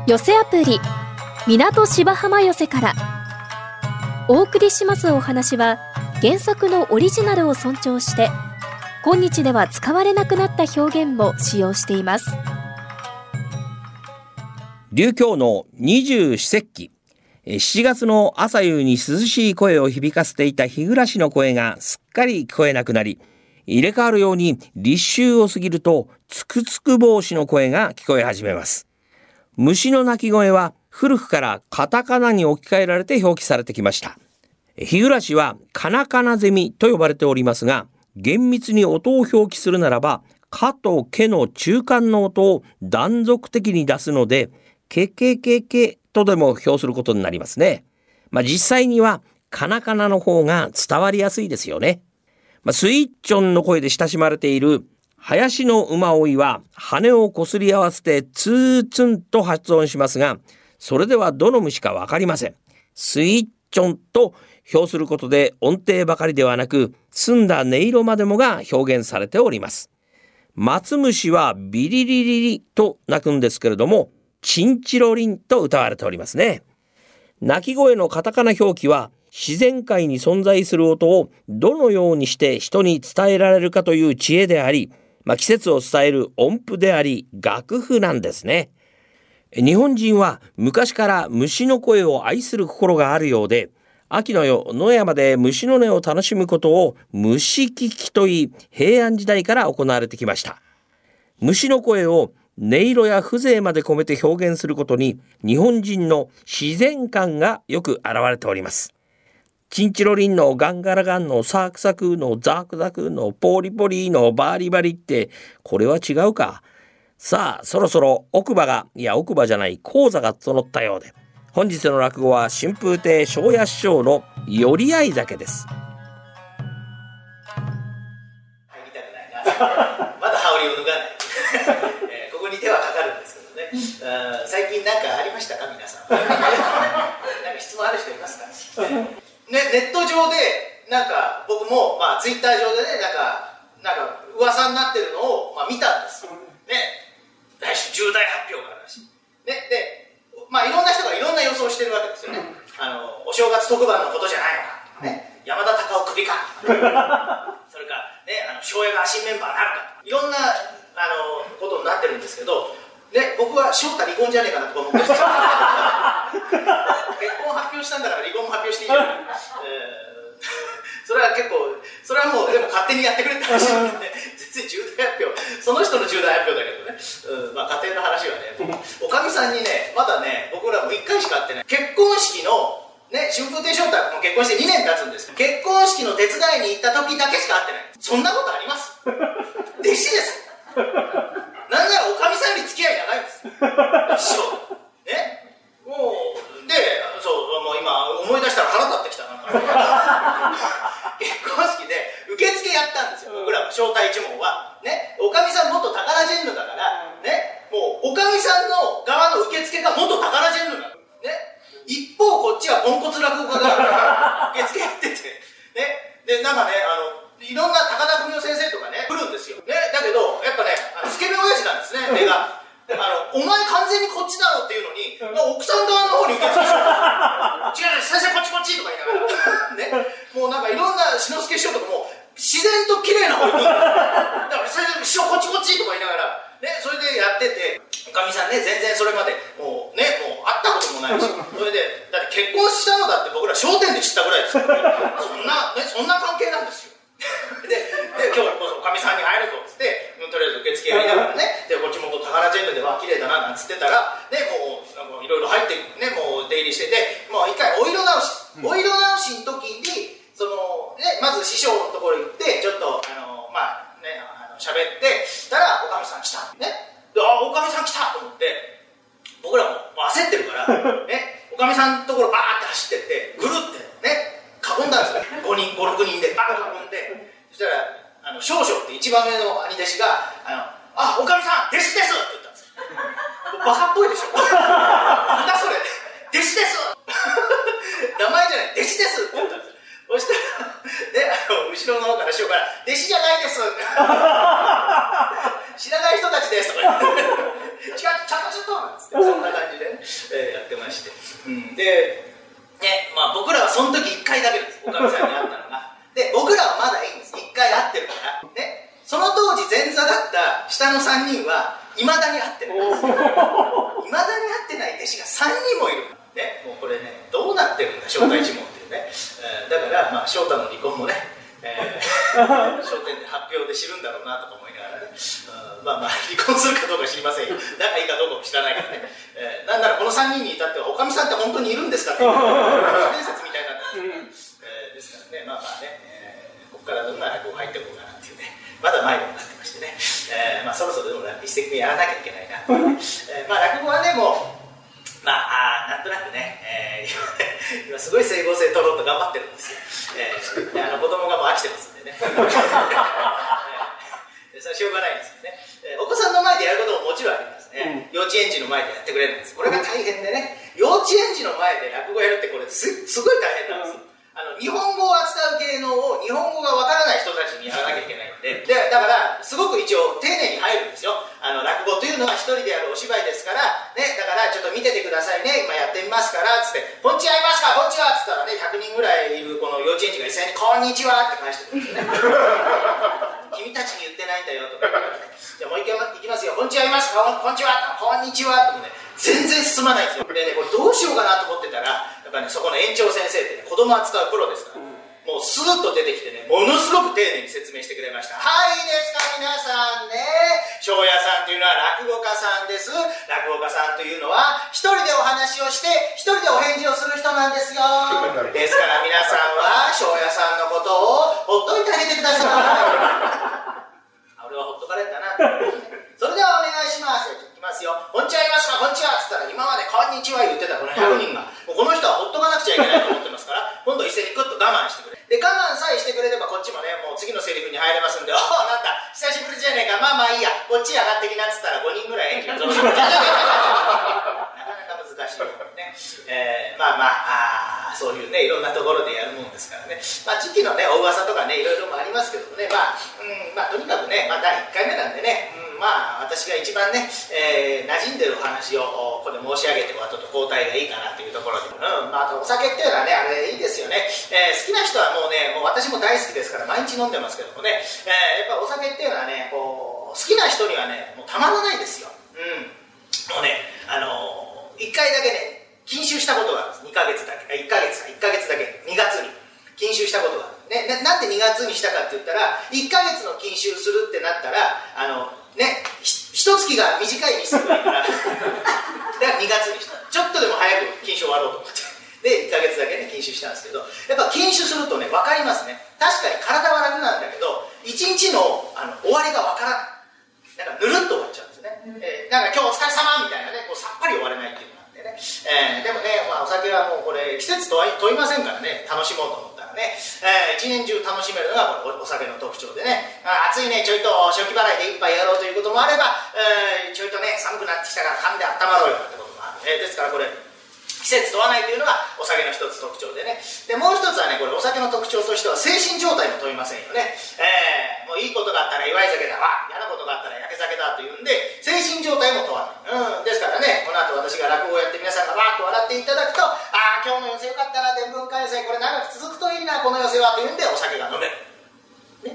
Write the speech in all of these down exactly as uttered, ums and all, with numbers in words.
寄せアプリ港芝浜寄せからお送りしますお話は、原作のオリジナルを尊重して今日では使われなくなった表現も使用しています。 琉教の二十四節気、しちがつの朝夕に涼しい声を響かせていた日暮の声がすっかり聞こえなくなり、入れ替わるように立秋を過ぎるとつくつく帽子の声が聞こえ始めます。虫の鳴き声は古くからカタカナに置き換えられて表記されてきました。日暮はカナカナゼミと呼ばれておりますが、厳密に音を表記するならば、カとケの中間の音を断続的に出すので、ケケケケとでも表することになりますね。まあ、実際にはカナカナの方が伝わりやすいですよね。まあ、スイッチョンの声で親しまれている林の馬追いは羽をこすり合わせてツーツンと発音しますが、それではどの虫かわかりません。スイッチョンと表することで音程ばかりではなく、澄んだ音色までもが表現されております。松虫はビリリリリと鳴くんですけれども、チンチロリンと歌われておりますね。鳴き声のカタカナ表記は自然界に存在する音をどのようにして人に伝えられるかという知恵であり、まあ、季節を伝える音符であり楽譜なんですね。日本人は昔から虫の声を愛する心があるようで、秋の夜野山で虫の音を楽しむことを虫聞きといい、平安時代から行われてきました。虫の声を音色や風情まで込めて表現することに、日本人の自然感がよく現れております。チンチロリンのガンガラガンのサークサクのザークザクのポリポリのバリバリって、これは違うか。さあ、そろそろ奥歯が、いや奥歯じゃない講座が整ったようで、本日の落語は春風亭昇也師匠の寄り合い酒です。 まだ羽織を脱がない、えー、ここに手はかかるんですけどね、あ最近何かありましたか皆さんなんか質問ある人いますか、ね、ネット上でなんか僕も、まあ、ツイッター上でねなんかなんか噂になってるのを、まあ、見たんですよ、ね、来週重大発表があるらしい、ね、でまあ、いろんな人がいろんな予想をしてるわけですよね。あのお正月特番のことじゃないのか、ね、山田隆夫クビかそれから、ね、あの翔也が新メンバーになるか、いろんなあのことになってるんですけど、ね、僕は翔太離婚じゃねえかなとか思ってます結婚発表したんだから離婚も発表していいよ、えーそれは結構、それはもうでも勝手にやってくれって話なんでね、全然重大発表、その人の重大発表だけどね、うん、まあ家庭の話はね、おかみさんにね、まだね、僕らもいっかいしか会ってない、結婚式の、ね、春風亭昇太も結婚してにねん経つんですけど、結婚式の手伝いに行った時だけしか会ってない。そんなことあります弟子です。なんならおかみさんより付き合い長いんですよ。師匠。ね。もう、で、そう、もう今思い出したら腹立ってきたな。結婚式で受付やったんですよ、僕らは招待一門は。ね、おかみさん元タカラジェンヌだから、ね、もうおかみさんの側の受付が元タカラジェンヌなの。ね、一方こっちはポンコツ落語家が受付やってて、ね、で、なんかね、あの、いろんな高田文夫先生とかね、来るんですよ。ね、だけど、やっぱね、あのスケベ親父なんですね、目が。あのお前完全にこっちだろっていうのに、奥さん側の方に受け付けしてる違う違う先生こっちこっちとか言いながらね、もうなんかいろんな志の輔師匠とかも自然と綺麗な方に行くんだから先生師匠こっちこっちとか言いながらね、それでやってて、おかみさんね全然それまでもうねもう会ったこともないし、それでだって結婚したのだって僕ら商店で知ったぐらいですから、ね、そんなねそんな関係なんですよで, で今日こそおかみさんに会えるぞっつってとりあえず受付やりながらね、でこっち元タカラジェンヌでは綺麗だななんつってたらね、もういろいろ入ってねもう出入りしてて、もう一回お色直し、うん、お色直しの時にその、ね、まず師匠のところ行ってちょっとあのまあねあの喋ってたらおかみさん来たね、であおかみさん来たと思って僕らももう焦ってるからね、おかみさんのところバーって走ってってぐるってね囲んだんですよ、ごにんごろくにんでバーッと囲んで、そしたらあの少々って一番上の兄弟子が「あのあおかみさん弟子です」って言ったんですよ。バカっぽいでしょなんだそれ弟子です名前じゃない弟子ですって言ったんですよ。そしたらであの後ろの方から師匠から「弟子じゃないです」知らない人たちですとか言って「違うちゃんとちょっと」なんつってそんな感じで、ね、 下のさんにんはいまだに会ってないんですよ。いまだに会ってない弟子がさんにんもいる、ね、もうこれねどうなってるんだ正太一門っていうね、えー、だからまあ翔太の離婚もね、えー、商店で発表で知るんだろうなとか思いながらね、うん、まあまあ離婚するかどうか知りませんよ、仲いいかどうかも知らないからね、えー、なんならこのさんにんに至ってはおかみさんって本当にいるんですかっていう伝説みたいになってます、えー、ですからね、まあまあね、えー、ここからどんな落語入っていこうかなっていうね、まだ前にもなってましてね、えーまあ、そろそろでも一席目やらなきゃいけないなと、えーまあ、落語はねもうまあ、あなんとなくね、えー、今すごい整合性取ろうと頑張ってるんですよ、えー、であの子供がもう飽きてますんでね、えー、それはしょうがないんですよね、えー、お子さんの前でやることももちろんありますね、うん、幼稚園児の前でやってくれるんです。これが大変でね、幼稚園児の前で落語やるってこれ す, すごい大変なんですよ。あの日本語を扱う芸能を日本語がわからない人たちにやらなきゃいけないので、でだからすごく一応丁寧に入るんですよ。あの落語というのは一人でやるお芝居ですから、ね、だからちょっと見ててくださいね、今やってみますからつって「こんにちは、いますか、こんにちは」っつったらねひゃくにんぐらいいるこの幼稚園児が一斉に「こんにちは」って返してくるんですよね君たちに言ってないんだよとか言うからね、じゃあもう一回いきますよ、こんにちは、いますか、こんにちは、こんにちはってもね全然進まないんですよ。でねこれどうしようかなと思ってたら、やっぱねそこの園長先生ってね子供扱うプロですから、もうスーッと出てきてねものすごく丁寧に説明してくれました。はい、いいですか皆さんね、庄屋さんというのは落語家さんです。落語家さんというのは一人でお話をして一人でお返事をする人なんですよ。ですから皆さんは庄屋さんのことをほっといてあげてください俺はほっとかれたなそれではお願いします。いきますよ、こんにちは、いますか、こんにちはっつったら今までこんにちは言ってたこのひゃくにんがもうこの人はほっとかなくちゃいけないと思ってますから今度一斉にグッと我慢してくれ。で我慢さえしてくれればこっちもねもう次のセリフに入れますんで、おおなんだ久しぶりじゃねえか、まあまあいいやこっち上がってきなっつったらごにんぐらい演技が増殖なかなか難しいね、えー、まあまあ、あそういうねいろんなところでやるもんですからね、まあ時期のねお噂とかねいろいろもありますけどもね、まあ、うんまあとにかくね、まあ、だいいっかいめなんでね、うんまあ私が一番ね、えー、馴染んでるお話をここで申し上げて後と交代がいいかなというところで、うんまあ、あとお酒っていうのはねあれいいですよね、えー、好きな人はもうねもう私も大好きですから毎日飲んでますけどもね、えー、やっぱお酒っていうのはねこう好きな人にはねもうたまらないですよ、うん、もうねあのー、いっかいだけね禁酒したことがあるんです。にかげつだけいっかげつかいっかげつだけにがつに禁酒したことがある、ね、な, なんでにがつにしたかって言ったらいっかげつの禁酒するってなったらあのねひとつきが短い日数がいいからだからにがつにした。ちょっとでも早く禁酒終わろうと思ってでいっかげつだけね禁酒したんですけど、やっぱ禁酒するとね分かりますね。確かに体は楽なんだけどいちにち の, あの終わりが分からない。なんかぬるっと終わっちゃうんですよね、うんえー、なんか今日お疲れ様みたいなねこうさっぱり終われないっていうのがあってね、えー、でもね、まあ、お酒はもうこれ季節とは問いませんからね楽しもうと思ったらね、えー、一年中楽しめるのがこれお酒の特徴でね、あ暑いねちょいと初期払いで一杯やろうということもあれば、えー、ちょいとね寒くなってきたから噛んで温まろうよってこともある、えー、ですからこれ季節問わないというのがお酒の一つ特徴でね。でもう一つはねこれお酒の特徴としては精神状態も問いませんよね、えー、もういいことがあったら祝い酒だわ嫌なことがあったら焼け酒だというんで精神状態も問わない、うん、ですからねこの後私が落語をやって皆さんがバーッと笑っていただくとああ今日の寄せよかったな伝聞会寄せこれ長く続くといいなこの寄せはというんでお酒が飲めるね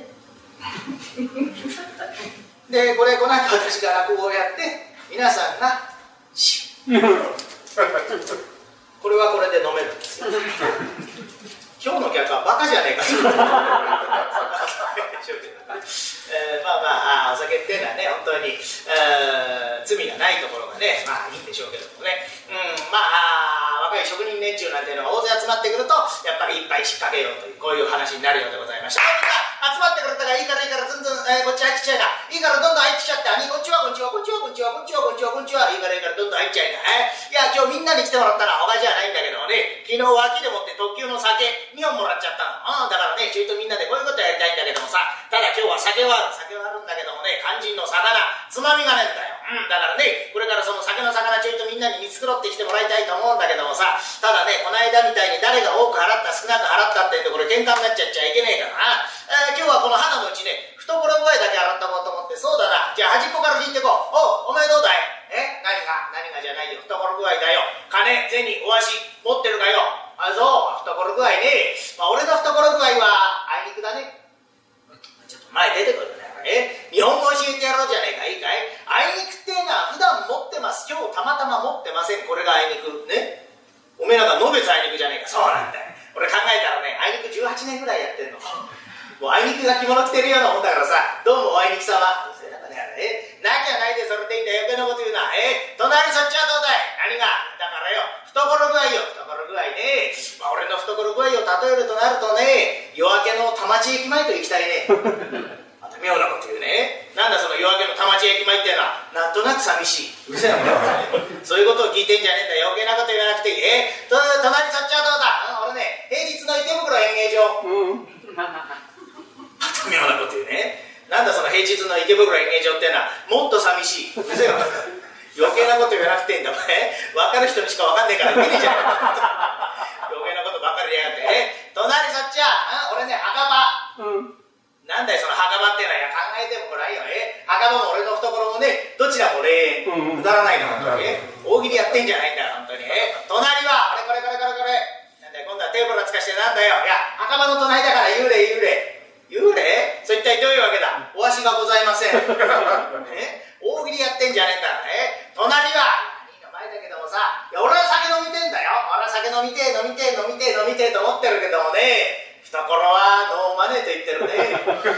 でこれこの後私が落語をやって皆さんがシュッこれはこれで飲めるんですよ今日の客はバカじゃねえかとえー、まあまあお酒っていうのはね本当に、えー、罪がないところがねまあいいんでしょうけどもね、うん、まあ若い職人連中なんていうのが大勢集まってくるとやっぱり一杯仕掛けようというこういう話になるようでございました。みんな集まってくれたからいいからいいからずんずん、えー、こっち入ってきちゃいないいからどんどん入ってきちゃって兄こんにちはこんにちはこんにちはこんにちはこんにちはこんにちはこんにちはいいからいいからどんどん入っちゃいない、えー、いや今日みんなに来てもらったのは他じゃないんだけどね昨日脇でもって特急の酒にほんもらっちゃったの、うん、だからねちょいとみんなでこういうことやりたいんだけどもさただ今日は酒は酒はあるんだけどもね肝心の魚つまみがねえんだよ、うん、だからねこれからその酒の魚ちょいとみんなに見繕ってきてもらいたいと思うんだけどもさただねこの間みたいに誰が多く払った少なく払ったってんでこれ喧嘩になっちゃっちゃいけねえからな、えー、今日はこの花のうちね懐具合だけ洗ったこうと思ってそうだなじゃあ端っこから引いてこうおうお前どうだいえ何が何がじゃないよ懐具合だよ金銭お足持ってるかよあそう懐具合ね、まあ、俺の懐具合はあいにくだねちょっと前出てくるねえ日本語教えてやろうじゃねえかいいません、これがあいにくね。おめえなんかのべつあいにくじゃねえか。そうなんだよ。俺考えたらね、あいにくじゅうはちねんぐらいやってんの。もうあいにくが着物着てるようなもんだからさ、どうもあいにく様。それなんかね、え、なきゃないでそれでいいんだよ、余計なこと言うな。え、隣そっちはどうだい？何が？だからよ、懐具合よ、懐具合ね。まあ、俺の懐具合を例えるとなるとね、夜明けの田町駅前と行きたいね。また妙なこと言うね。なんだその夜明けの田町駅前っていうのは、なんとなく寂しい。うるせえなもんよ。そういうことを聞いてんじゃねえんだよ。余計なこと言わなくていい。え、と隣そっちはどうだ？俺ね、平日の池袋演芸場。うん。また妙なこと言うね。なんだその平日の池袋演芸場っていうのは、もっと寂しい。うるせえな。余計なこと言わなくていいんだお前。分かる人にしか分かんねえから見ねえじゃん。余計なことばっかりやがって。え、隣そっちは、俺ね、墓場。うん。なんだよその墓場っていうのは。いや考えてもこないよ。え、墓場も俺の懐もね、どちらも霊園。くだらないな本当に。大喜利やってんじゃないんだよ本当に。え、隣は、これこれこれこれこれ。なんだよ今度はテーブルつかしてなんだよ。いや墓場の隣だから幽霊幽霊。幽霊？それ一体どういうわけだ。お足がございません。え、大喜利やってんじゃねえんだからね。隣は、いい名前だけどもさ、いや俺は酒飲みてんだよ。俺は酒飲みてえ飲みてえ飲みてえ飲みてえと思ってるけどもね、懐は飲まねえと言ってるね。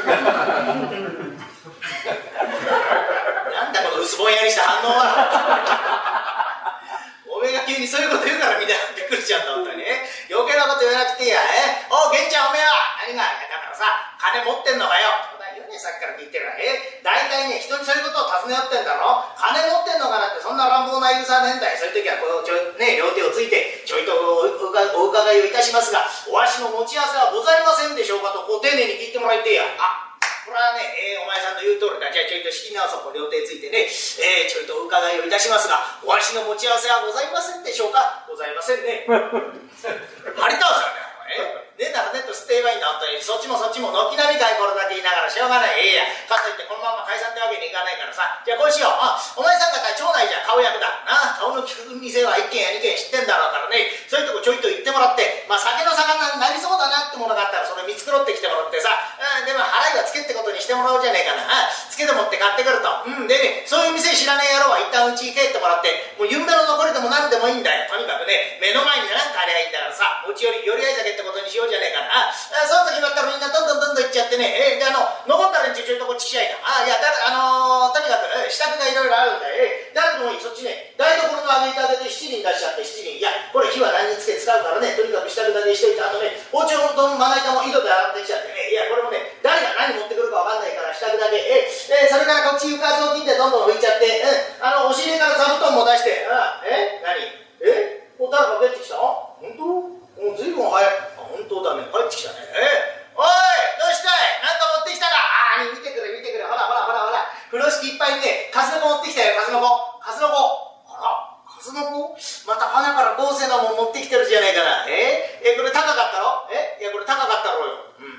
なんだこの薄ぼんやりした反応は。おめえが急にそういうこと言うからみんなびっくりしちゃうんだ本当にね。余計なこと言わなくていいや。え、おう玄ちゃんおめえは何が？いやだからさ、金持ってんのかよ。そうだよね、さっきから聞いてるわ。え、大体ね、人にそういうことを尋ね合ってんだろ。金持ってんのかなってそんな乱暴な言い草ねえんだよ。そういう時はこうちょね、両手をついてちょいとお伺いをいたしますが、お足の持ち合わせはございませんでしょうかとこう丁寧に聞いてもらいてえや。あ、これはね、えー、お前さんの言う通りだ。じゃあちょいと仕切り直そう。両手ついてね、えー、ちょいとお伺いをいたしますが、お足の持ち合わせはございませんでしょうか？ございませんね。張り倒すわけだよ。ねえならねっと吸って言えばいいんだ本当に。そっちもそっちも軒並みかいこれだけ言いながらしょうがない。ええやかといってこのまま解散ってわけにいかないからさ、じゃあこうしよう。あ、お前さん方町内じゃ顔役だな。顔の利く店はいっ軒やに軒知ってんだろうからね、そういうとこちょいと行ってもらって、まあ酒の魚になりそうだなってものがあったらそれ見繕ってきてもらってさ、うん、でも払いはつけってことにしてもらおうじゃねえかな。あ、つけでもって買ってくると、うん、でね、そういう店知らねえ野郎は一旦うちに帰ってもらって、もう夢の残りでも何でもいいんだよ。とにかくね、目の前に何かありゃいいんだからさ、お家より寄り合い酒ってことにしようじゃねえかな。あ、そうと決まったらみんなどんどんどんどん行っちゃってね、えー、であの残った連中ちょいとこっち来ちゃいな。あ、いやだあのー、とにかく、えー、支度がいろいろあるんだよ。えー、誰でもいい、そっちね、台所の揚げ板でしちにん出しちゃってしちにん。いやこれ火は何につけ使うからね、とにかく支度だけしといて、あとね、包丁のまな板も井戸で洗ってきちゃってね、いやこれもね、誰が何持ってくるかわかんないから支度だけ、えーえー、それからこっち床雑巾でどんどん拭いちゃって、うん、あのお尻から座布団も出して、あ、え何えもう誰か出てきた？本当？もう随分早い。あ、本当だね、帰ってきたね。えおいどうしたい？なんか持ってきたか？ああ、見てくれ見てくれ、ほらほらほらほら、風呂敷いっぱいにね、数の子持ってきたよ。数の子数の子あら数の子また花から豪勢なもん持ってきてるじゃねえかな。ええこれ高かったろ？えいやこれ高かったろうよ。うん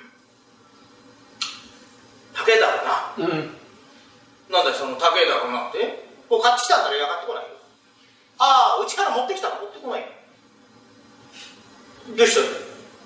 高えだろうな。うん。なんだよその高えだろうなって。こう買ってきたんだろ。いや買ってこないよ。ああ、うちから持ってきたの？持ってこないよ。どうしたんだよ。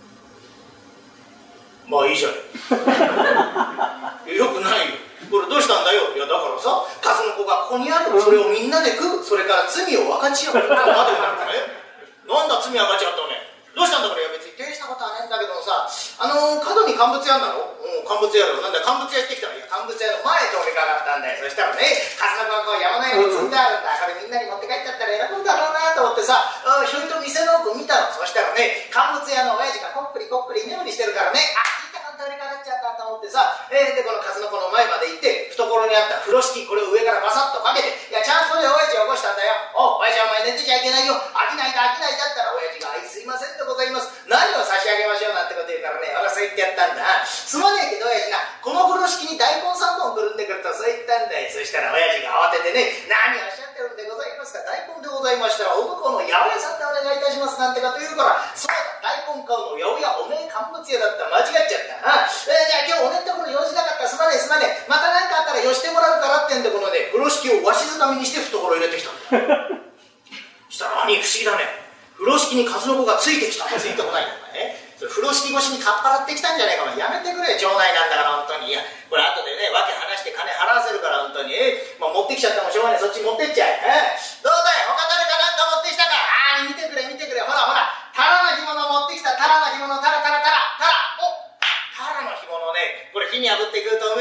まあいいじゃん。よくないよ。これどうしたんだよ。いやだからさ、数の子がここにある。それをみんなで食う。それから罪を分かち合う。待てよなんかね。なんだ罪分かち合ったのね。どうしたんだこれ。いや別に大したことはないんだけどもさ、あのー、角に乾物屋あんだろ。うん、乾物屋だろ。なんだ乾物屋行ってきたの。いや乾物屋の前通りかかったんだよ。そしたらね、数の子がこう山のように積んであるんだ。これみんなに持って帰っちゃったら喜ぶだろうなと思ってさ、うん、ひょいと店の奥見たの。そしたらね、乾物屋の親父がこっくりこっくり眠りしてるからね、あ、いいか通りかかっちゃったと思ってさ、えー、でこの数の子の前まで行って懐にあった風呂敷これを上からバサッとかけて、いやちゃんとね親父を起こしたんだよ。お親父はお前寝てちゃいけないよ。飽きないだ飽きないだったら親父が、はいすいませんでございます、何を差し上げましょうなんてこと言うからね、俺はそう言ってやったんだ。すまねえけど親父な、この風呂敷に大根さんぼんくるんでくるとそう言ったんだよ。そしたら親父が慌ててね、何をおっしゃってるんでございますか。大根でございましたらお向こうの八百屋さんでお願いいたしますなんてこと言うから、そうだ大根買うの八百屋、おめえ乾物屋だったら間違っちゃったな。えー、じゃあ今日おねんところ用事なかったらすまねえすまねえ、また何かあったらよしてもらうからってんで、このね風呂敷をわしづかみにして懐入れてきたんだよ。したら兄不思議だね、風呂敷に数の子がついてきた。ついてこないんだね。それ風呂敷越しにかっぱらってきたんじゃないかな。やめてくれ、町内なんだから本当に。いやこれ後でねわけ話して金払わせるから本当に、えーまあ、持ってきちゃったもんしょうがない、そっち持ってっちゃえ。えー、どうだい他誰かなんか持っ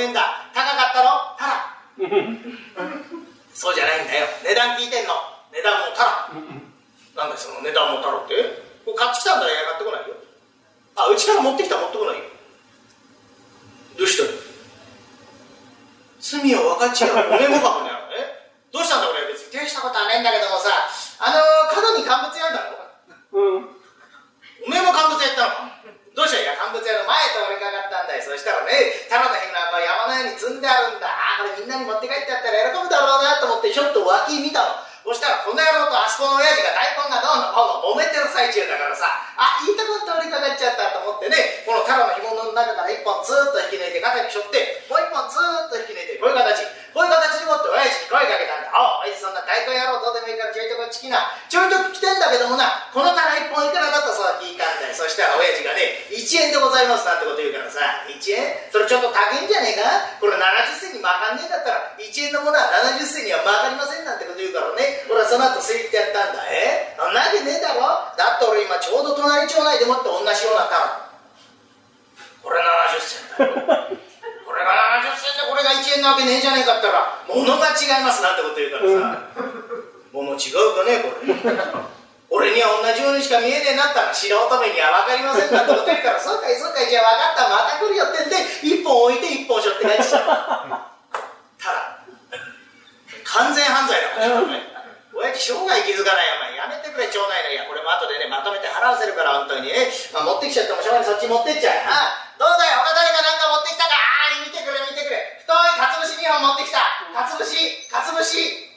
円か。高かったろタラ。そうじゃないんだよ。値段聞いてんの。値段もタラ。なんだよその値段もタラって。これ買ってきたんだら、いや買ってこないよ。あ、うちから持ってきたら持ってこないよ。どうしたの？罪を分かっちゃう。おめえもかもね。えどうしたんだこれ。別に手したことはないんだけどもさ、あのー、角に乾物屋あんだろ。うん。おめえも乾物屋やったのか。どうした？いや乾物屋の前通りかかったんだよ。そしたらね、タラの辺が山のように積んであるんだ。あーこれみんなに持って帰ってやったら喜ぶだろうなと思ってちょっと脇見たの。そしたらこの野郎とあそこの親父が大根がどうのこうの揉めてる最中だからさ、あ、いいとこ通りかかっちゃったと思ってね、このタラの紐の中から一本ツーッと引き抜いて肩にしょって、もう一本ツーッと引き抜いて、こういう形こういう形に持って親父に声かけたんだ。おい、親父そんな大根野郎どうでもいいからちょいとこっち来な。ちょいと来てんだけどもな、このタラ一本いくらだとそう聞いたんだよ。そしたら親父がね、いちえんでございますなんてこと言うからさ、いちえんそれちょっと高いんじゃねえか。これななじゅっせんにまかんねえんだったらいちえんのものはななじゅっせんにはまかりませんなんてこと言うからね、俺はその後すいってやったんだ。えそんなわけねえだろ。だって俺今ちょうど隣町内でもって同じようなタラ、これななじゅっせんだよ。これがななじゅっせんでこれがいちえんなわけねえじゃねえかったら物が違いますなんてこと言うからさ、物違うかねこれ。俺には同じようにしか見えねえなったら素人目には分かりませんなんてこと言うから、そうかいそうかいじゃあ分かったまた来るよってんで一本置いて一本しょって帰ってきちゃったたら完全犯罪だからね。親父生涯気づかないよお前。やめてくれ町内の。いやこれも後でねまとめて払わせるから本当にね、まあ、持ってきちゃってもしょうがないそっち持ってっちゃう。あどうだい他誰かなんか持ってきたか。あー見てくれ見てくれ、太いかつぶしにほん持ってきた。かつぶしかつぶし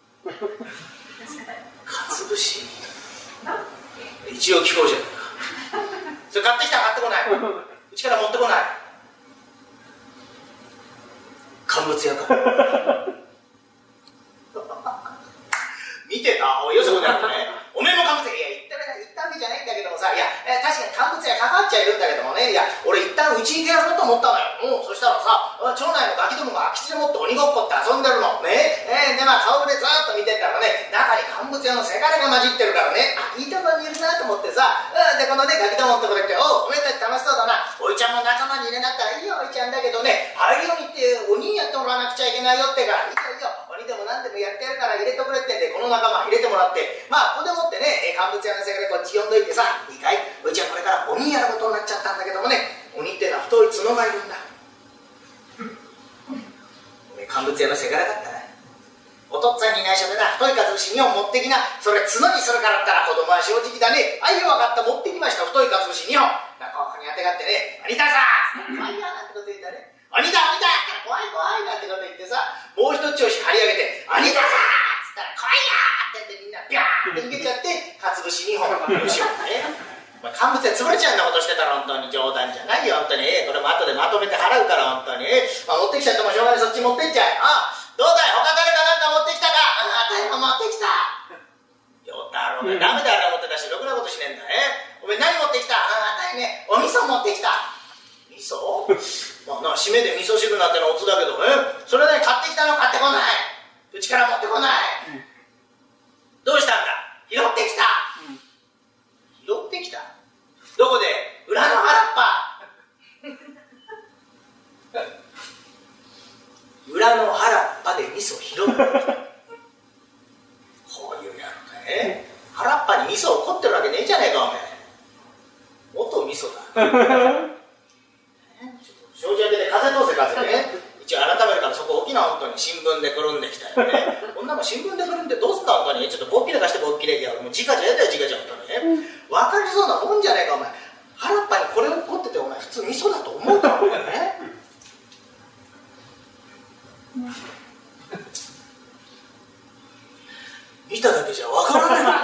かつぶし一応聞こうじゃないか。それ買ってきた買ってこない。うちから持ってこない。乾物屋か見てたおいよそこだよね。おめえも乾物屋。いや言ったら言ったわけじゃないんだけどもさ、いや確かに乾物屋かかっちゃいるんだけどもね、いや俺一旦うちに行けやろうと思ったのよ。うんそしたらさ、町内のガキどもが空き地でもって鬼ごっこって遊んでるのね。えー、でまあ顔でずーっと見てたらね、中に乾物屋のせがれが混じってるからね、あいいとこにいるなと思ってさ、うん、でこのねガキどものところ行って、おうおめえたち楽しそうだな、おいちゃんも仲間に入れなったらいいよおいちゃんだけどね、入りようにって鬼やってもらわなくちゃいけないよってから、いいよいいよ鬼でも何でもやってやるから入れてくれってんで、この仲間入れてもらって、まあここでもってね乾物屋のせがれこっち呼んどいてさ、いいかいおいちゃんこれから鬼やることになっちゃったんだけどもね、鬼ってのは太い角がいるんだ。おめえ乾物屋のせがれだったな。お父っつぁんに内緒でな太いかつぶしにほん持ってきな。それ角にするからったら子供は正直だね。あいよ分かった持ってきました太いかつぶしにほん。ここにあてがってね、鬼ださー怖いななんてこと言ったね。鬼だ鬼だ怖い怖いなんてこと言ってさ、もう一つ調子張り上げて鬼ださーっつったら怖いなーって言ってみんなビャーって逃げちゃってかつぶしにほんよしようね。お前乾物屋潰れちゃうんなことしてたら本当に冗談じゃないよ本当に。これも後でまとめて払うから本当に。まあ、持ってきちゃってもしょうがないそっち持ってっちゃえ。あどうだい他誰かなんか持ってきたか。あたいも持ってきたよだろお前ダメだあれ持ってたしろくなことしねえんだ。えお前何持ってきた。あたいねお味噌持ってきた。味噌まあな締めで味噌汁なんてのおつだけどえそれなに買ってきたの買ってこない。うちから持ってこない、うん、どうしたんだ拾ってきた、うん、拾ってきたどこで裏の原っぱ裏の原っぱで味噌拾ってきたこういうやろかね。原っぱに味噌を凝ってるわけねえじゃねえかおめえ。元味噌だ正直で風通せ風ね。一応改めるからそこ大きな本当に新聞でくるんできたよね。こんなもん新聞でくるんでどうすんだ本当に。ちょっとぼっきれかしてぼっきれきやもう直じゃやだよ直じゃ本当にね。分かりそうなもんじゃねえかお前。原っぱにこれを凝っててお前普通味噌だと思うかお前ね。見ただけじゃ分からない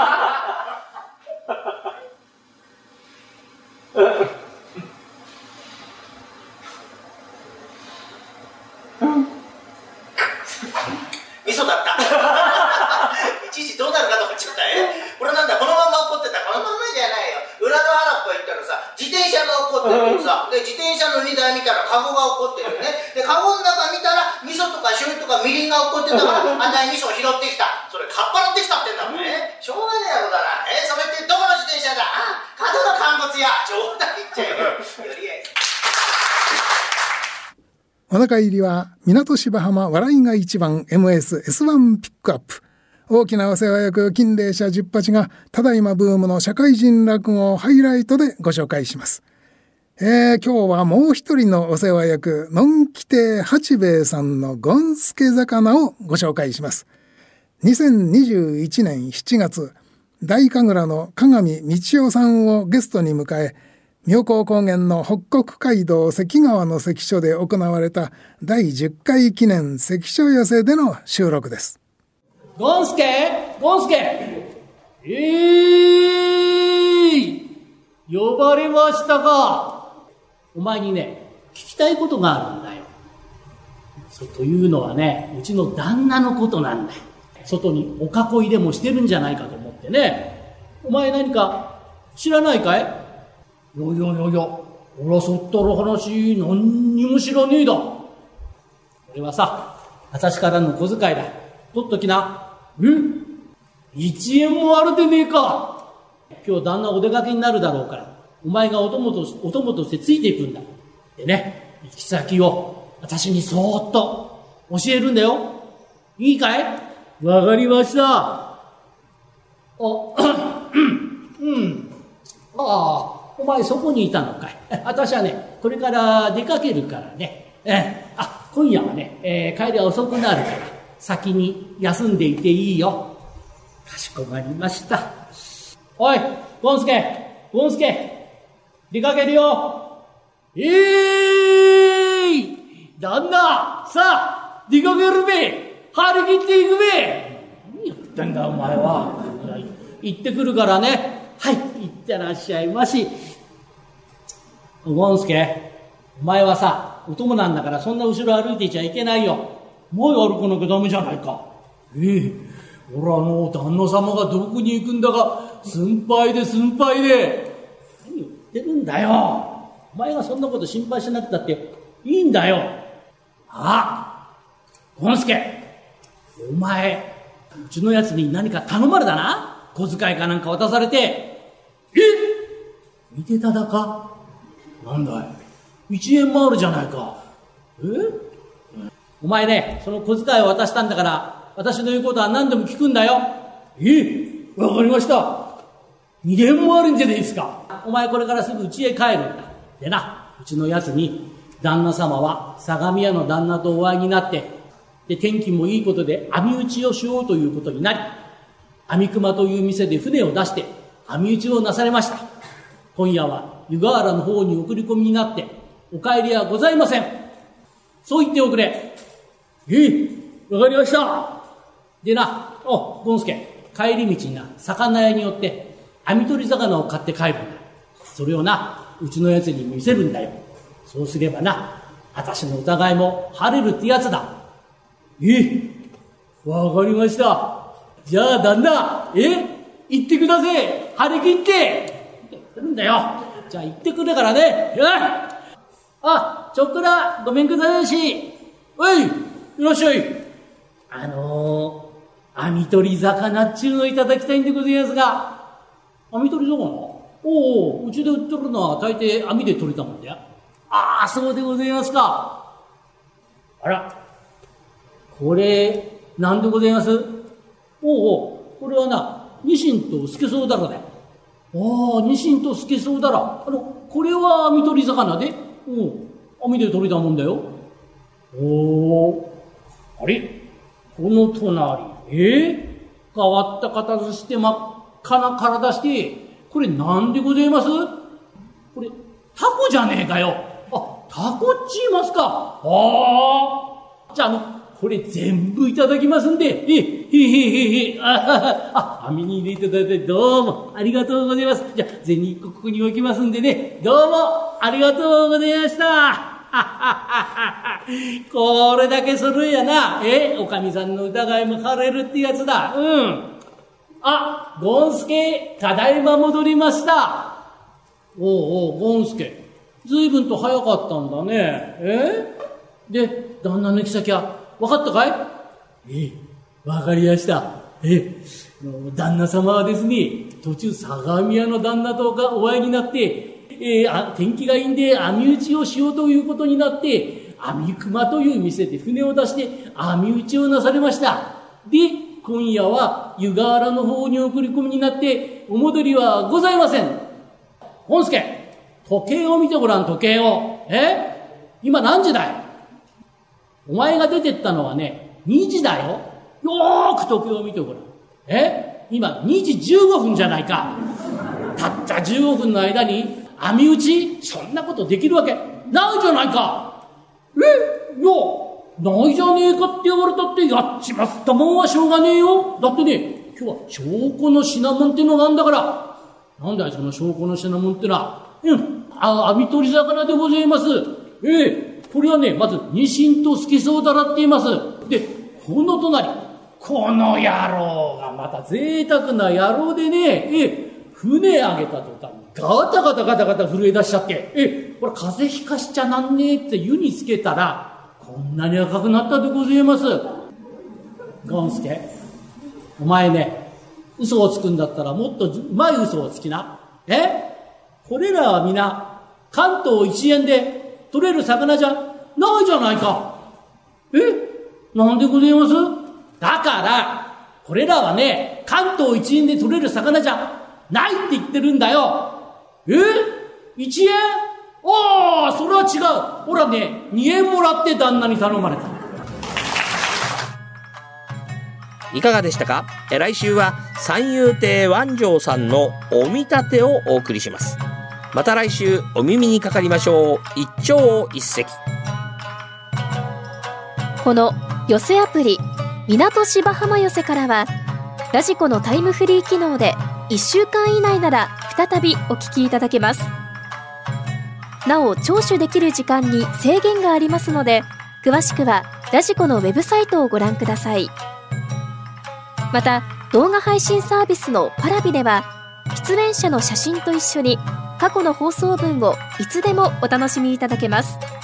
味噌だった一時どうなるかと思っちゃった。えこれなんだこのまま怒ってた。このままじゃないよ。裏の原っぱ行ったらさ自転車が怒ってるさ、で自転車の荷台見たらカゴが怒ってるよね。でカゴの中見たら味噌とか醤油とかみりんが怒ってたからあんたに味噌拾ってきた。それかっぱらってきたってんだもんね。しょうがねえやろだな。えそれってどこの自転車だ。あ角の乾物屋。冗談言っちゃうよよりあえずお腹入りは港芝浜笑いが一番 エムエスエスワン ピックアップ。大きなお世話役金霊社十八がただいまブームの社会人落語をハイライトでご紹介します。えー、今日はもう一人のお世話役のんき亭八兵衛さんのゴンスケ魚をご紹介します。にせんにじゅういちねんしちがつ、大神楽の鏡道夫さんをゲストに迎え、妙高高原の北国街道関川の関所で行われただいじゅっかい記念関所寄せでの収録です。 ゴンスケゴンスケえー呼ばれましたか。お前にね、聞きたいことがあるんだよ。そうというのはね、うちの旦那のことなんだよ。外にお囲いでもしてるんじゃないかと思ってね。お前何か知らないかい？いやいやいやいや、俺はそったら話何にも知らねえだ。これはさ、私からの小遣いだ。取っときな。え？一円もあるでねえか。今日旦那お出かけになるだろうから、お前がお供とお供としてついていくんだ。でね、行き先を私にそーっと教えるんだよ。いいかい？わかりました。あ、うん。ああ、お前そこにいたのかい。私はね、これから出かけるからね。えあ、今夜はね、えー、帰りは遅くなるから、先に休んでいていいよ。かしこまりました。おい、ゴンスケ、ゴンスケ、出かけるよ。えーい、旦那、さあ、出かけるべ。張り切っていくべ。何言ってんだお前は。行ってくるからね。はい、行ってらっしゃいまし。ゴンスケ、お前はさ、お供なんだからそんな後ろ歩いていちゃいけないよ。前歩かなきゃダメじゃないか。ええ、俺はあの旦那様がどこに行くんだか心配で心配で。何言ってるんだよ。お前がそんなこと心配しなくたっていいんだよ。あ、ゴンスケ、お前、うちのやつに何か頼まれたな。小遣いかなんか渡されて。え？見てただか？なんだい、一円もあるじゃないか。え？お前ね、その小遣いを渡したんだから、私の言うことは何でも聞くんだよ。え？わかりました。二円もあるんじゃないですか。お前これからすぐ家へ帰るんだ。でな、うちのやつに、旦那様は相模屋の旦那とお会いになって、で、天気もいいことで網打ちをしようということになり、網熊という店で船を出して網打ちをなされました。今夜は湯河原の方に送り込みになってお帰りはございません。そう言っておくれ。ええ、わかりました。でな、お、ゴンスケ、帰り道にな、魚屋によって網取り魚を買って帰るんだ。それをな、うちのやつに見せるんだよ。そうすればな、私の疑いも晴れるってやつだ。ええ、わかりました。じゃあ旦那、え行ってください。張り切って言ってるんだよ。じゃあ行ってくれからね。よい、あ、ちょっくらごめんくださいし。おい、いらっしゃい。あのー、網取り魚っちゅうのいただきたいんでございますが。網取り魚？おお、うちで売ってるのは大抵網で取れたもんだよ。ああ、そうでございますか。あら、これ、なんでございます？おお、これはな、ニシンとスケソウダラだよ。ああ、ニシンとスケソウダラ。あの、これは網取り魚で、おお、網で取れたもんだよ。おお、あれ、この隣、えー、変わった形して真っ赤な体して、これなんでございます？これ、タコじゃねえかよ。あ、タコっちいますか。ああ、じゃあ、あの、これ全部いただきますんで、え、へへへへ、あ、あ、網に入れていただいてどうもありがとうございます。じゃあ、銭一個ここに置きますんでね、どうもありがとうございました。これだけ揃えやな、え、おかみさんの疑いも晴れるってやつだ。うん。あ、ゴンスケ、ただいま戻りました。おうおう、ゴンスケ、ずいぶんと早かったんだね。えで、旦那の行き先は分かったかい？ええ、分かりました。ええ、旦那様はですね、途中相模屋の旦那とかお会いになって、ええ、あ、天気がいいんで網打ちをしようということになって、 網熊という店で船を出して網打ちをなされました。で、今夜は湯河原の方に送り込みになってお戻りはございません。本助、時計を見てごらん、時計を。え今何時だい？お前が出てったのはね、にじだよ。よーく時計を見てごらん。え今にじじゅうごふんじゃないか。たったじゅうごふんの間に網打ち？そんなことできるわけないじゃないか。えいや、ないじゃねえかって言われたってやっちまったもんはしょうがねえよ。だってね、今日は証拠の品物ってのがあんだから。なんだいその証拠の品物ってのは。うん、あ、網取り魚でございます。ええ、これはね、まずニシンとスケソウダラって言います。で、この隣、この野郎がまた贅沢な野郎でね、ええ、船あげた途端にガタガタガタガタ震え出しちゃって、ええ、これ風邪ひかしちゃなんねえって湯につけたら、こんなに赤くなったでございます。ゴンスケ、お前ね、嘘をつくんだったらもっとうまい嘘をつきな。えこれらは皆、関東一円で取れる魚じゃないじゃないか。えなんでございます？だから、これらはね、関東一円で取れる魚じゃないって言ってるんだよ。え一円？ああ、それは違う。ほらね、二円もらって旦那に頼まれた。 いかがでしたか？え来週は三遊亭万丈さんのお見立てをお送りします。また来週お耳にかかりましょう。一朝一夕。 この寄せアプリ港芝浜寄せからはラジコのタイムフリー機能でいっしゅうかん以内なら再びお聞きいただけます。なお聴取できる時間に制限がありますので、詳しくはラジコのウェブサイトをご覧ください。また動画配信サービスのパラビでは出演者の写真と一緒に過去の放送分をいつでもお楽しみいただけます。